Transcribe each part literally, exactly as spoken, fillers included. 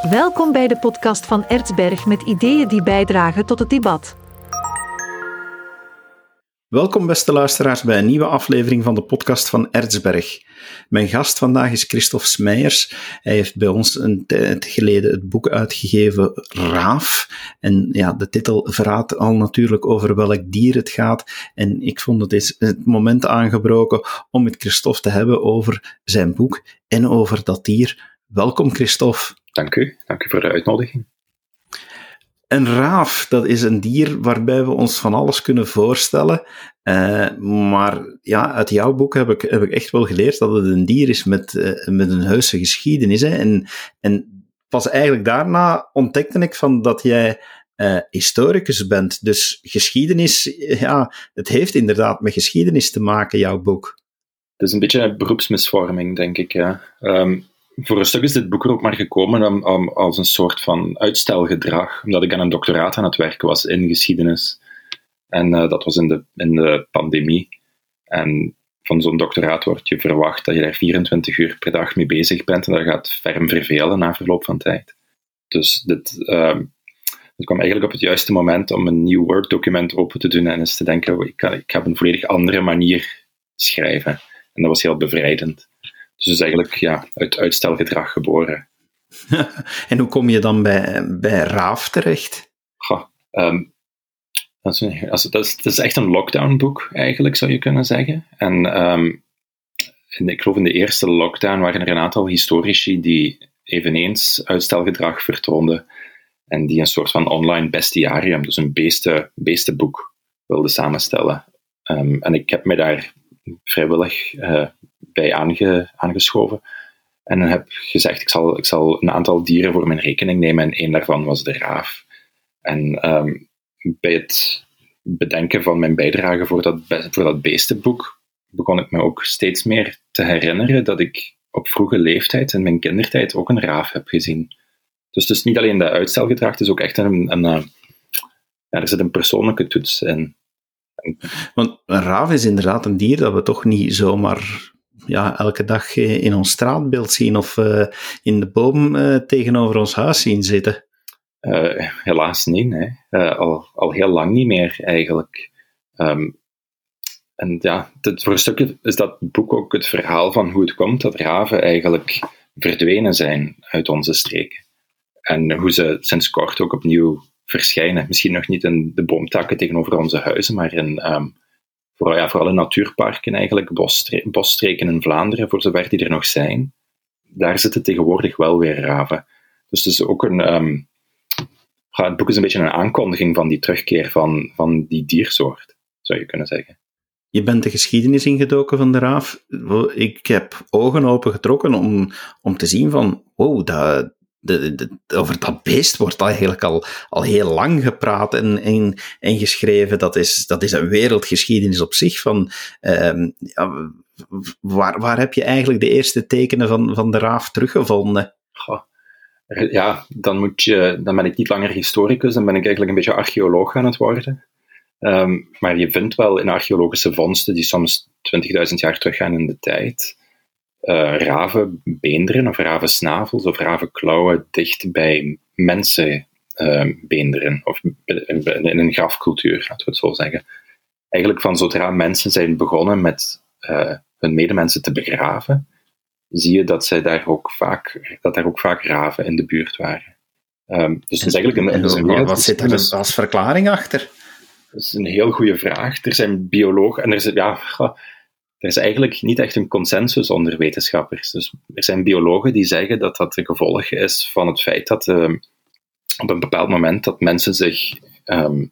Welkom bij de podcast van Erzberg met ideeën die bijdragen tot het debat. Welkom beste luisteraars bij een nieuwe aflevering van de podcast van Erzberg. Mijn gast vandaag is Christophe Smeyers. Hij heeft bij ons een tijd geleden het boek uitgegeven Raaf. En ja, de titel verraadt al natuurlijk over welk dier het gaat. En ik vond het is het moment aangebroken om met Christophe te hebben over zijn boek en over dat dier. Welkom Christophe. Dank u, dank u voor de uitnodiging. Een raaf, dat is een dier waarbij we ons van alles kunnen voorstellen. Uh, maar ja, uit jouw boek heb ik, heb ik echt wel geleerd dat het een dier is met, uh, met een heuse geschiedenis. Hè. En, en pas eigenlijk daarna ontdekte ik van dat jij uh, historicus bent. Dus geschiedenis, ja, het heeft inderdaad met geschiedenis te maken, jouw boek. Het is een beetje een beroepsmisvorming, denk ik, ja. Um, Voor een stuk is dit boek er ook maar gekomen om, om, als een soort van uitstelgedrag, omdat ik aan een doctoraat aan het werken was in geschiedenis. En uh, dat was in de, in de pandemie. En van zo'n doctoraat wordt je verwacht dat je daar vierentwintig uur per dag mee bezig bent en dat gaat ferm vervelen na verloop van tijd. Dus dit, uh, dit kwam eigenlijk op het juiste moment om een nieuw Word-document open te doen en eens te denken, ik, kan, ik ga op een volledig andere manier schrijven. En dat was heel bevrijdend. Dus het is eigenlijk ja, uit uitstelgedrag geboren. En hoe kom je dan bij, bij Raaf terecht? Goh, um, dat, is een, dat, is, dat is echt een lockdownboek, eigenlijk, zou je kunnen zeggen. En um, in, ik geloof in de eerste lockdown waren er een aantal historici die eveneens uitstelgedrag vertoonden en die een soort van online bestiarium, dus een beesten, beestenboek, wilden samenstellen. Um, en ik heb me daar vrijwillig uh, bij aange, aangeschoven. En heb gezegd, ik zal, ik zal een aantal dieren voor mijn rekening nemen en één daarvan was de raaf. En um, bij het bedenken van mijn bijdrage voor dat, voor dat beestenboek begon ik me ook steeds meer te herinneren dat ik op vroege leeftijd, in mijn kindertijd, ook een raaf heb gezien. Dus het is niet alleen dat uitstelgedrag, het is ook echt een... een, een ja, er zit een persoonlijke toets in. Want een raaf is inderdaad een dier dat we toch niet zomaar ja, elke dag in ons straatbeeld zien of uh, in de boom uh, tegenover ons huis zien zitten. Uh, helaas niet, nee. Uh, al, al heel lang niet meer eigenlijk. Um, en ja, dit, voor een stukje is dat boek ook het verhaal van hoe het komt dat raven eigenlijk verdwenen zijn uit onze streken. En hoe ze sinds kort ook opnieuw verschijnen. Misschien nog niet in de boomtakken tegenover onze huizen, maar in, um, vooral, ja, vooral in natuurparken eigenlijk, bosstreken, bosstreken in Vlaanderen, voor zover die er nog zijn. Daar zitten tegenwoordig wel weer raven. Dus het is ook een... Um, ja, het boek is een beetje een aankondiging van die terugkeer van, van die diersoort, zou je kunnen zeggen. Je bent de geschiedenis ingedoken van de raaf. Ik heb ogen opengetrokken om, om te zien van, wow, dat... De, de, over dat beest wordt eigenlijk al, al heel lang gepraat en, en, en geschreven. Dat is, dat is een wereldgeschiedenis op zich. Van, uh, ja, waar, waar heb je eigenlijk de eerste tekenen van, van de raaf teruggevonden? Goh. Ja, dan, moet je, dan ben ik niet langer historicus, dan ben ik eigenlijk een beetje archeoloog aan het worden. Um, maar je vindt wel in archeologische vondsten die soms twintigduizend jaar teruggaan in de tijd... Uh, ravenbeenderen of ravensnavels of ravenklauwen dicht bij mensenbeenderen, uh, of in, in een grafcultuur, laten we het zo zeggen. Eigenlijk van zodra mensen zijn begonnen met uh, hun medemensen te begraven, zie je dat, zij daar ook vaak, dat daar ook vaak raven in de buurt waren. Um, dus dat is eigenlijk een, een, een wat zit er dus als verklaring achter? Dat is een heel goede vraag. Er zijn biologen, en er is, ja... Er is eigenlijk niet echt een consensus onder wetenschappers. Dus er zijn biologen die zeggen dat dat een gevolg is van het feit dat uh, op een bepaald moment dat mensen zich um,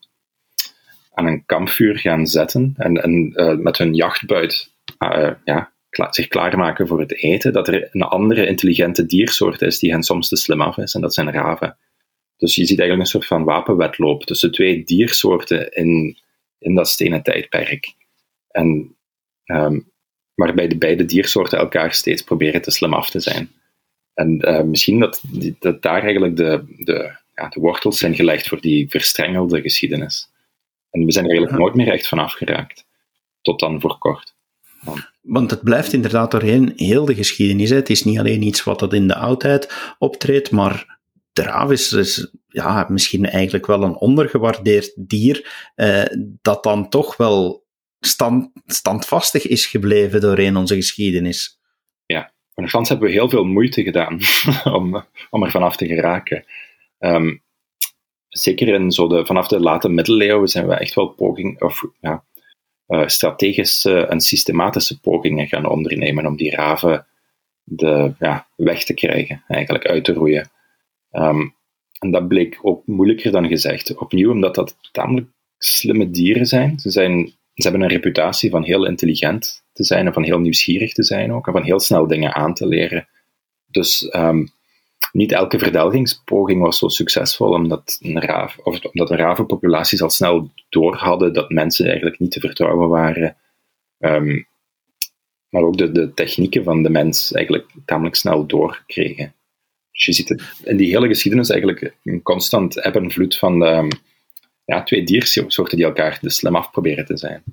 aan een kampvuur gaan zetten en, en uh, met hun jachtbuit uh, ja, kla- zich klaarmaken voor het eten, dat er een andere intelligente diersoort is die hen soms te slim af is, en dat zijn raven. Dus je ziet eigenlijk een soort van wapenwedloop tussen twee diersoorten in, in dat stenen tijdperk. En Um, waarbij de beide diersoorten elkaar steeds proberen te slim af te zijn. En uh, misschien dat, die, dat daar eigenlijk de, de, ja, de wortels zijn gelegd voor die verstrengelde geschiedenis. En we zijn er eigenlijk nooit meer echt van afgeraakt. Tot dan voor kort. Want, Want het blijft inderdaad doorheen heel de geschiedenis. Hè. Het is niet alleen iets wat dat in de oudheid optreedt, maar de raaf is, is ja, misschien eigenlijk wel een ondergewaardeerd dier, uh, dat dan toch wel stand, standvastig is gebleven doorheen onze geschiedenis. Ja, maar Frans hebben we heel veel moeite gedaan om, om er vanaf te geraken. Um, zeker in zo de, vanaf de late middeleeuwen zijn we echt wel poging, of ja, uh, strategische en systematische pogingen gaan ondernemen om die raven de, ja, weg te krijgen, eigenlijk uit te roeien. Um, en dat bleek ook moeilijker dan gezegd. Opnieuw omdat dat tamelijk slimme dieren zijn. Ze, zijn, ze hebben een reputatie van heel intelligent te zijn en van heel nieuwsgierig te zijn ook, en van heel snel dingen aan te leren. Dus um, niet elke verdelgingspoging was zo succesvol, omdat een, raaf, of omdat de ravenpopulaties al snel door hadden dat mensen eigenlijk niet te vertrouwen waren. Um, maar ook de, de technieken van de mens eigenlijk tamelijk snel doorkregen. Dus je ziet het in die hele geschiedenis eigenlijk een constant eb en vloed van de, ja, twee diersoorten die elkaar de slim af proberen te zijn.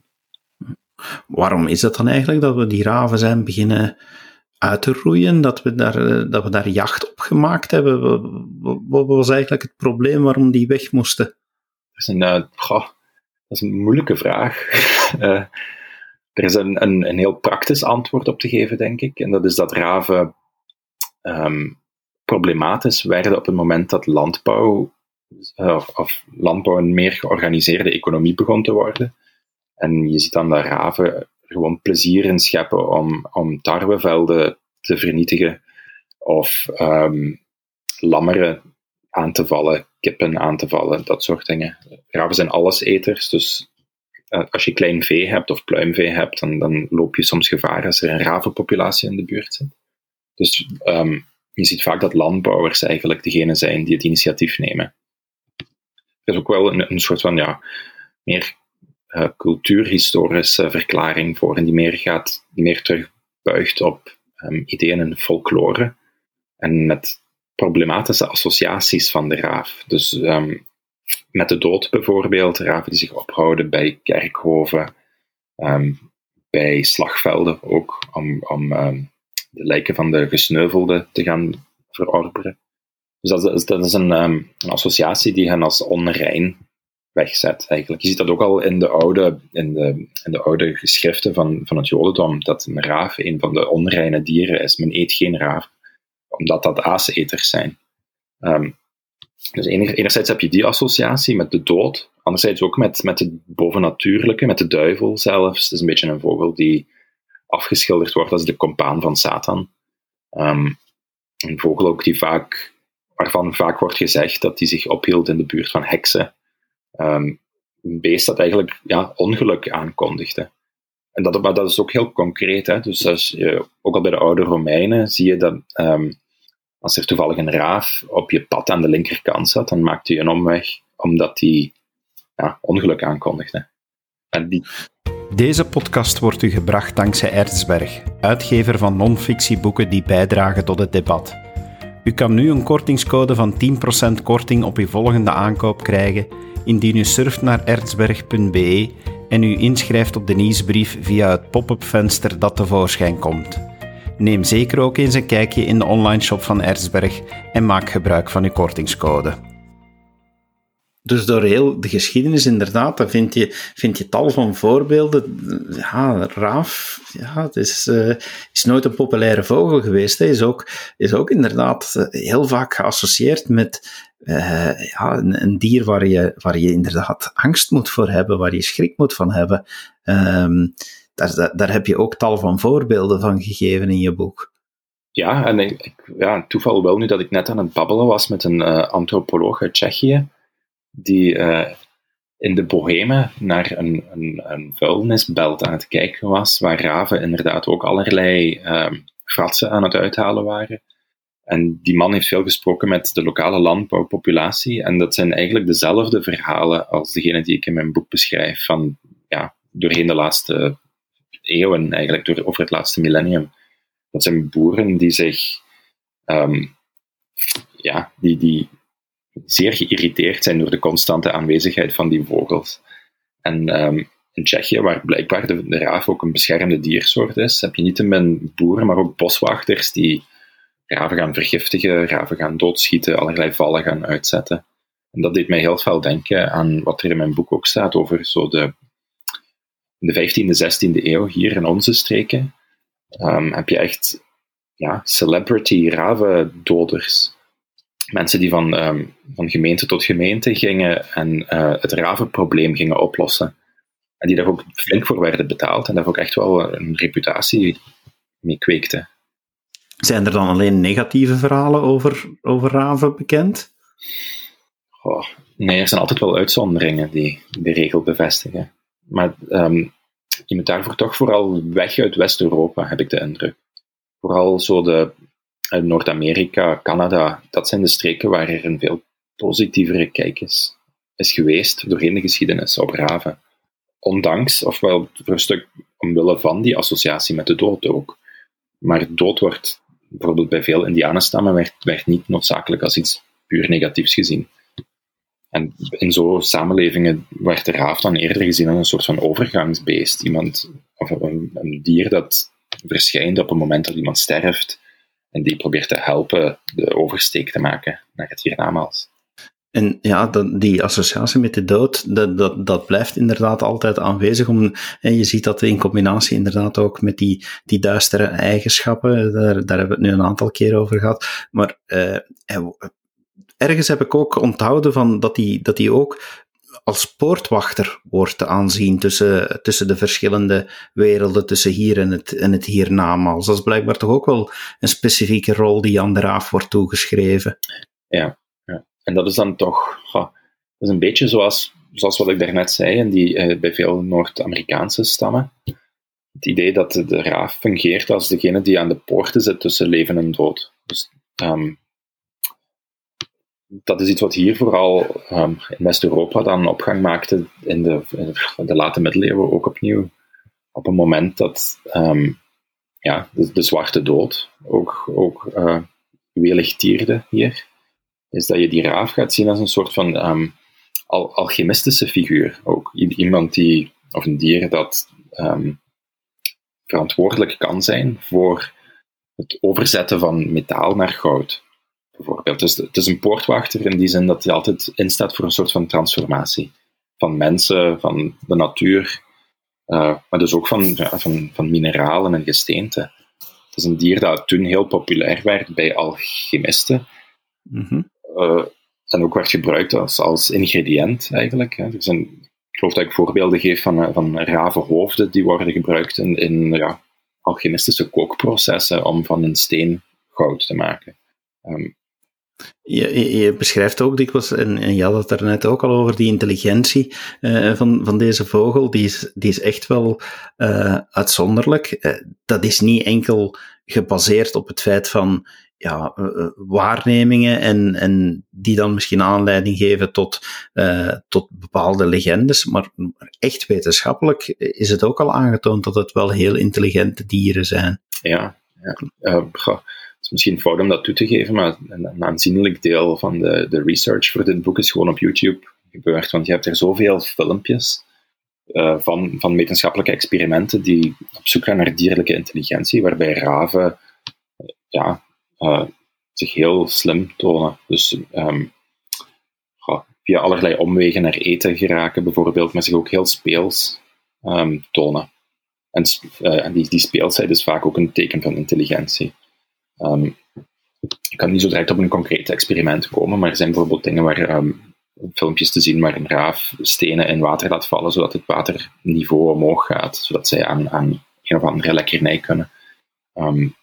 Waarom is het dan eigenlijk dat we die raven zijn beginnen uit te roeien, dat we daar, dat we daar jacht op gemaakt hebben? Wat was eigenlijk het probleem waarom die weg moesten? Dat is een, uh, goh, dat is een moeilijke vraag. uh, er is een, een, een heel praktisch antwoord op te geven, denk ik. En dat is dat raven um, problematisch werden op het moment dat landbouw, uh, of, of landbouw een meer georganiseerde economie begon te worden. En je ziet dan dat raven gewoon plezier in scheppen om, om tarwevelden te vernietigen, of um, lammeren aan te vallen, kippen aan te vallen, dat soort dingen. Raven zijn alleseters, dus uh, als je klein vee hebt of pluimvee hebt, dan, dan loop je soms gevaar als er een ravenpopulatie in de buurt zit. Dus um, je ziet vaak dat landbouwers eigenlijk degene zijn die het initiatief nemen. Er is ook wel een, een soort van, ja, meer uh, cultuurhistorische verklaring voor, en die meer gaat, die meer terugbuigt op um, ideeën en folklore, en met problematische associaties van de raaf. Dus um, met de dood bijvoorbeeld, raven die zich ophouden bij kerkhoven, um, bij slagvelden ook, om, om um, de lijken van de gesneuvelden te gaan verorberen. Dus dat is, dat is een, um, een associatie die hen als onrein wegzet, eigenlijk. Je ziet dat ook al in de oude, in de, in de oude geschriften van, van het Jodendom, dat een raaf een van de onreine dieren is. Men eet geen raaf, omdat dat aaseters zijn. Um, dus ener, enerzijds heb je die associatie met de dood, anderzijds ook met, met het bovennatuurlijke, met de duivel zelfs. Het is een beetje een vogel die afgeschilderd wordt als de compaan van Satan. Um, een vogel ook die vaak, waarvan vaak wordt gezegd dat die zich ophield in de buurt van heksen. Um, een beest dat eigenlijk ja, ongeluk aankondigde. En dat, maar dat is ook heel concreet. Hè? Dus als je, ook al bij de oude Romeinen zie je dat um, als er toevallig een raaf op je pad aan de linkerkant zat, dan maakte je een omweg omdat die ja, ongeluk aankondigde. En die... Deze podcast wordt u gebracht dankzij Erzberg, uitgever van non-fictieboeken die bijdragen tot het debat. U kan nu een kortingscode van tien procent korting op uw volgende aankoop krijgen indien u surft naar erzberg punt be en u inschrijft op de nieuwsbrief via het pop-up venster dat tevoorschijn komt. Neem zeker ook eens een kijkje in de online shop van Erzberg en maak gebruik van uw kortingscode. Dus door heel de geschiedenis, inderdaad, daar vind je, vind je tal van voorbeelden. Ja, raaf, ja, het is, uh, is nooit een populaire vogel geweest. Hij is ook, is ook inderdaad heel vaak geassocieerd met uh, ja, een, een dier waar je, waar je inderdaad angst moet voor hebben, waar je schrik moet van hebben. Um, daar, daar, daar heb je ook tal van voorbeelden van gegeven in je boek. Ja, en ik, ja, toeval wel nu dat ik net aan het babbelen was met een uh, antropoloog uit Tsjechië, die uh, in de Bohemen naar een, een, een vuilnisbelt aan het kijken was, waar raven inderdaad ook allerlei uh, fratsen aan het uithalen waren. En die man heeft veel gesproken met de lokale landbouwpopulatie, en dat zijn eigenlijk dezelfde verhalen als degene die ik in mijn boek beschrijf, van ja, doorheen de laatste eeuwen, eigenlijk door, over het laatste millennium. Dat zijn boeren die zich um, ja, die, die zeer geïrriteerd zijn door de constante aanwezigheid van die vogels. En um, in Tsjechië, waar blijkbaar de, de raaf ook een beschermde diersoort is, heb je niet alleen boeren, maar ook boswachters die raven gaan vergiftigen, raven gaan doodschieten, allerlei vallen gaan uitzetten. En dat deed mij heel veel denken aan wat er in mijn boek ook staat over zo de, de vijftiende, zestiende eeuw hier in onze streken. Um, heb je echt ja, celebrity ravendoders. Mensen die van, um, van gemeente tot gemeente gingen en uh, het ravenprobleem gingen oplossen. En die daar ook flink voor werden betaald en daar ook echt wel een reputatie mee kweekten. Zijn er dan alleen negatieve verhalen over, over raven bekend? Oh, nee, er zijn altijd wel uitzonderingen die de regel bevestigen. Maar um, je moet daarvoor toch vooral weg uit West-Europa, heb ik de indruk. Vooral zo de uh, Noord-Amerika, Canada, dat zijn de streken waar er een veel positievere kijk is, is geweest doorheen de geschiedenis op raven. Ondanks, ofwel voor een stuk omwille van die associatie met de dood ook. Maar dood wordt, bijvoorbeeld bij veel indianenstammen, werd, werd niet noodzakelijk als iets puur negatiefs gezien. En in zo'n samenlevingen werd de raaf dan eerder gezien als een soort van overgangsbeest. Iemand, of een, een dier dat verschijnt op het moment dat iemand sterft en die probeert te helpen de oversteek te maken naar het hiernamaals. En ja, dat, die associatie met de dood, dat, dat, dat blijft inderdaad altijd aanwezig. Om, en je ziet dat in combinatie inderdaad ook met die, die duistere eigenschappen. Daar, daar hebben we het nu een aantal keer over gehad. Maar uh, ergens heb ik ook onthouden van dat die, dat die ook als poortwachter wordt aanzien tussen, tussen de verschillende werelden, tussen hier en het, en het hiernamaals. Dat is blijkbaar toch ook wel een specifieke rol die aan de raaf wordt toegeschreven. Ja. En dat is dan toch ja, dat is een beetje zoals, zoals wat ik daarnet zei, en die, eh, bij veel Noord-Amerikaanse stammen. Het idee dat de, de raaf fungeert als degene die aan de poorten zit tussen leven en dood. Dus, um, dat is iets wat hier vooral um, in West-Europa dan opgang maakte in de, in de late middeleeuwen ook opnieuw. Op een moment dat um, ja, de, de zwarte dood ook, ook uh, welig tierde hier. Is dat je die raaf gaat zien als een soort van um, al- alchemistische figuur. Ook iemand die, of een dier dat um, verantwoordelijk kan zijn voor het overzetten van metaal naar goud, bijvoorbeeld. Dus het is een poortwachter in die zin dat hij altijd instaat voor een soort van transformatie. Van mensen, van de natuur, uh, maar dus ook van, ja, van, van mineralen en gesteenten. Het is een dier dat toen heel populair werd bij alchemisten. Mm-hmm. Uh, en ook werd gebruikt als, als ingrediënt eigenlijk. Hè. Er zijn, ik geloof dat ik voorbeelden geef van, van ravenhoofden die worden gebruikt in, in ja, alchemistische kookprocessen om van een steen goud te maken. Um, Je, je, je beschrijft ook dikwijls, en, en je had het daarnet ook al over, die intelligentie uh, van, van deze vogel, die is, die is echt wel uh, uitzonderlijk. Uh, dat is niet enkel gebaseerd op het feit van ja, uh, waarnemingen en, en die dan misschien aanleiding geven tot, uh, tot bepaalde legendes, maar echt wetenschappelijk is het ook al aangetoond dat het wel heel intelligente dieren zijn. Ja, ja. Uh, goh. Het is misschien fout om dat toe te geven, maar een, een aanzienlijk deel van de, de research voor dit boek is gewoon op YouTube gebeurd, want je hebt er zoveel filmpjes uh, van, van wetenschappelijke experimenten die op zoek gaan naar dierlijke intelligentie, waarbij raven uh, ja, uh, zich heel slim tonen. Dus um, goh, via allerlei omwegen naar eten geraken bijvoorbeeld, maar zich ook heel speels um, tonen. En, uh, en die, die speelsheid is vaak ook een teken van intelligentie. Um, ik kan niet zo direct op een concreet experiment komen, maar er zijn bijvoorbeeld dingen waar um, filmpjes te zien waar een raaf stenen in water laat vallen, zodat het waterniveau omhoog gaat, zodat zij aan, aan een of andere lekkernij kunnen. Um,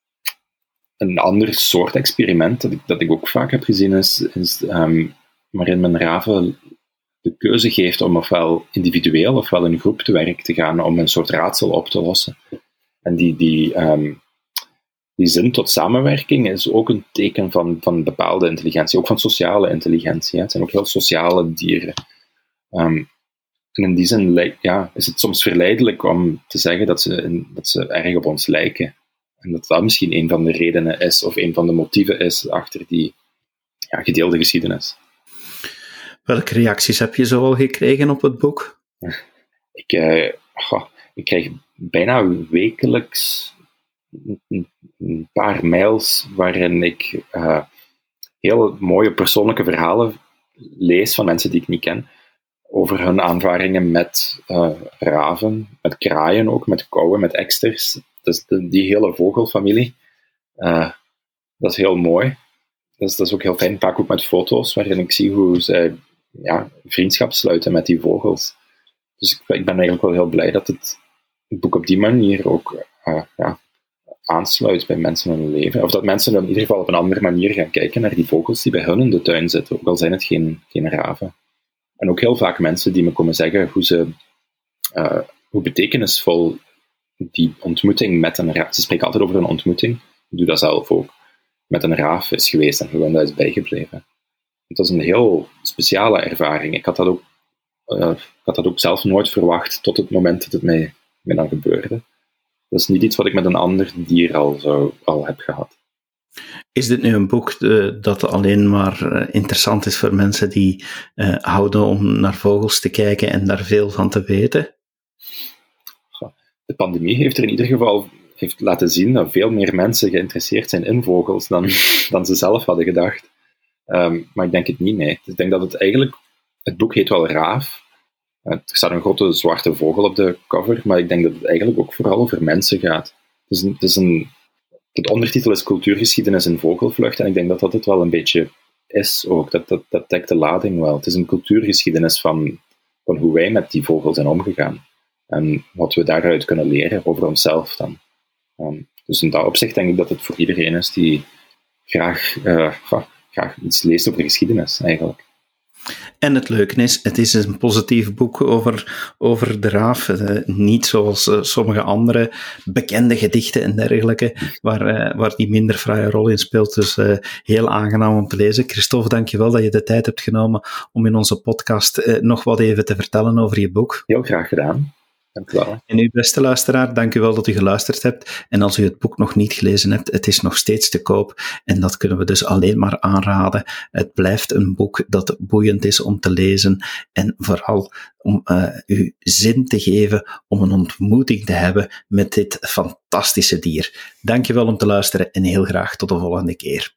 een ander soort experiment dat ik, dat ik ook vaak heb gezien is, is um, waarin men raven de keuze geeft om ofwel individueel ofwel in groep te werk te gaan om een soort raadsel op te lossen. En die, die um, Die zin tot samenwerking is ook een teken van, van bepaalde intelligentie, ook van sociale intelligentie. Hè. Het zijn ook heel sociale dieren. Um, en in die zin ja, is het soms verleidelijk om te zeggen dat ze, dat ze erg op ons lijken. En dat dat misschien een van de redenen is, of een van de motieven is achter die ja, gedeelde geschiedenis. Welke reacties heb je zo al gekregen op het boek? Ik, uh, goh, ik krijg bijna wekelijks een, een paar mails waarin ik uh, heel mooie persoonlijke verhalen lees van mensen die ik niet ken, over hun aanvaringen met uh, raven, met kraaien ook, met kauwen, met eksters. Dus de, die hele vogelfamilie, uh, dat is heel mooi. Dus dat is ook heel fijn, vaak ook met foto's, waarin ik zie hoe zij ja, vriendschap sluiten met die vogels. Dus ik, ik ben eigenlijk wel heel blij dat het, het boek op die manier ook uh, ja, aansluit bij mensen in hun leven. Of dat mensen in ieder geval op een andere manier gaan kijken naar die vogels die bij hun in de tuin zitten, ook al zijn het geen, geen raven. En ook heel vaak mensen die me komen zeggen hoe, ze, uh, hoe betekenisvol die ontmoeting met een raaf... Ze spreken altijd over een ontmoeting, ik doe dat zelf ook, met een raaf is geweest en hoe hen dat is bijgebleven. Het was een heel speciale ervaring. Ik had dat ook, uh, ik had dat ook zelf nooit verwacht tot het moment dat het mij, mij dan gebeurde. Dat is niet iets wat ik met een ander dier al, zou, al heb gehad. Is dit nu een boek uh, dat alleen maar uh, interessant is voor mensen die uh, houden om naar vogels te kijken en daar veel van te weten? De pandemie heeft er in ieder geval heeft laten zien dat veel meer mensen geïnteresseerd zijn in vogels dan, dan ze zelf hadden gedacht. Um, maar ik denk het niet, nee. Ik denk dat het eigenlijk... Het boek heet wel Raaf. Uh, er staat een grote zwarte vogel op de cover, maar ik denk dat het eigenlijk ook vooral over mensen gaat. Het is een... Het is een De ondertitel is Cultuurgeschiedenis in vogelvlucht en ik denk dat dat het wel een beetje is ook. Dat, dat, dat dekt de lading wel. Het is een cultuurgeschiedenis van, van hoe wij met die vogels zijn omgegaan. En wat we daaruit kunnen leren over onszelf dan. Um, dus in dat opzicht denk ik dat het voor iedereen is die graag, uh, graag iets leest over geschiedenis eigenlijk. En het leuke is, het is een positief boek over, over de raaf. Uh, niet zoals uh, sommige andere bekende gedichten en dergelijke, waar, uh, waar die minder fraaie rol in speelt. Dus uh, heel aangenaam om te lezen. Christophe, dank je wel dat je de tijd hebt genomen om in onze podcast uh, nog wat even te vertellen over je boek. Heel graag gedaan. Dank u wel. En uw beste luisteraar, dank u wel dat u geluisterd hebt. En als u het boek nog niet gelezen hebt, het is nog steeds te koop. En dat kunnen we dus alleen maar aanraden. Het blijft een boek dat boeiend is om te lezen. En vooral om uh, u zin te geven om een ontmoeting te hebben met dit fantastische dier. Dank je wel om te luisteren en heel graag tot de volgende keer.